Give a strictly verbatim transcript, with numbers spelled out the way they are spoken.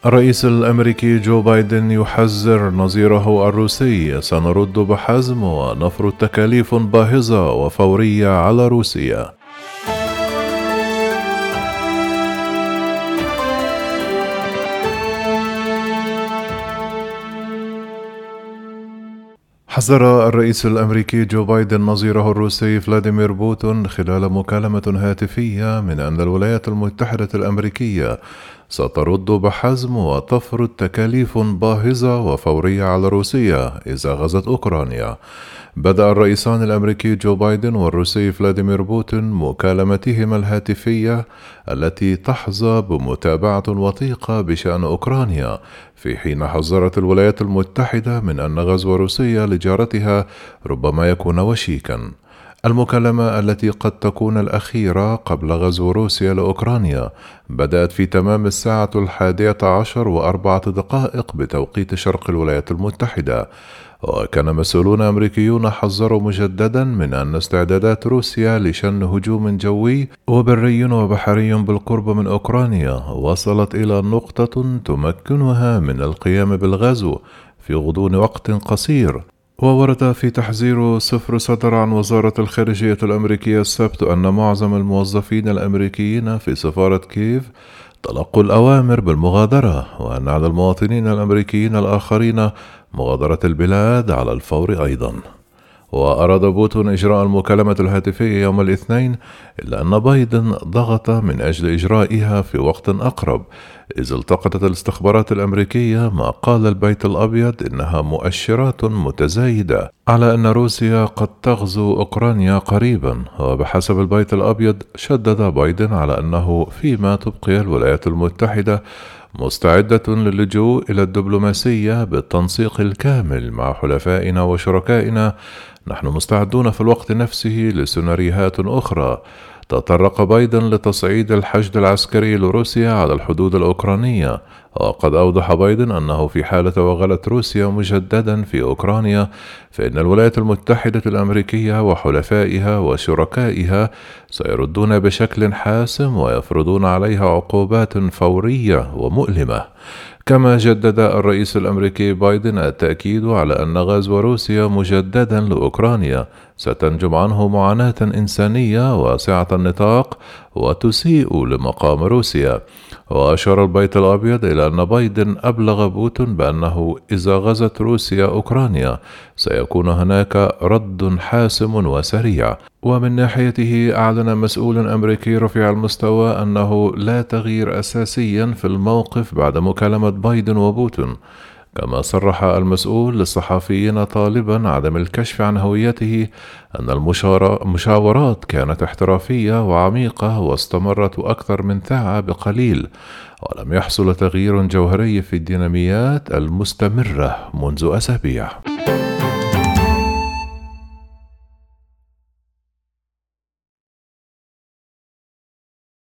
الرئيس الأمريكي جو بايدن يحذر نظيره الروسي: سنرد بحزم ونفرض تكاليف باهظة وفورية على روسيا. حذر الرئيس الأمريكي جو بايدن نظيره الروسي فلاديمير بوتين خلال مكالمة هاتفية من أن الولايات المتحدة الأمريكية سترد بحزم وتفرض تكاليف باهظة وفورية على روسيا إذا غزت أوكرانيا. بدأ الرئيسان الأمريكي جو بايدن والروسي فلاديمير بوتين مكالمتهما الهاتفية التي تحظى بمتابعة وثيقة بشأن أوكرانيا، في حين حذرت الولايات المتحدة من أن غزو روسيا لجارتها ربما يكون وشيكا. المكالمة التي قد تكون الأخيرة قبل غزو روسيا لأوكرانيا بدأت في تمام الساعة الحادية عشر وأربعة دقائق بتوقيت شرق الولايات المتحدة، وكان مسؤولون أمريكيون حذروا مجددا من أن استعدادات روسيا لشن هجوم جوي وبري وبحري بالقرب من أوكرانيا وصلت إلى نقطة تمكنها من القيام بالغزو في غضون وقت قصير. وورد في تحذير صفر صدر عن وزارة الخارجية الأمريكية السبت أن معظم الموظفين الأمريكيين في سفارة كييف تلقوا الأوامر بالمغادرة، وأن على المواطنين الأمريكيين الآخرين مغادرة البلاد على الفور أيضا. وأراد بوتين إجراء المكالمة الهاتفية يوم الاثنين، إلا أن بايدن ضغط من أجل إجرائها في وقت أقرب، إذ التقطت الاستخبارات الأمريكية ما قال البيت الأبيض إنها مؤشرات متزايدة على أن روسيا قد تغزو أوكرانيا قريبا. وبحسب البيت الأبيض شدد بايدن على أنه فيما تبقي الولايات المتحدة مستعدة للجوء إلى الدبلوماسية بالتنسيق الكامل مع حلفائنا وشركائنا، نحن مستعدون في الوقت نفسه لسيناريوهات أخرى. تطرق بايدن لتصعيد الحشد العسكري لروسيا على الحدود الأوكرانية، وقد أوضح بايدن أنه في حالة وغلت روسيا مجددا في أوكرانيا فإن الولايات المتحدة الأمريكية وحلفائها وشركائها سيردون بشكل حاسم ويفرضون عليها عقوبات فورية ومؤلمة. كما جدد الرئيس الأمريكي بايدن التأكيد على أن غزو روسيا مجددا لأوكرانيا ستنجم عنه معاناة إنسانية واسعة النطاق وتسيء لمقام روسيا. وأشار البيت الأبيض إلى أن بايدن أبلغ بوتين بأنه إذا غزت روسيا أوكرانيا سيكون هناك رد حاسم وسريع. ومن ناحيته أعلن مسؤول أمريكي رفيع المستوى أنه لا تغيير أساسيا في الموقف بعد مكالمة بايدن وبوتين. كما صرح المسؤول للصحفيين طالبا عدم الكشف عن هويته أن المشاورات كانت احترافية وعميقة واستمرت أكثر من ساعة بقليل، ولم يحصل تغيير جوهري في الديناميات المستمرة منذ أسابيع.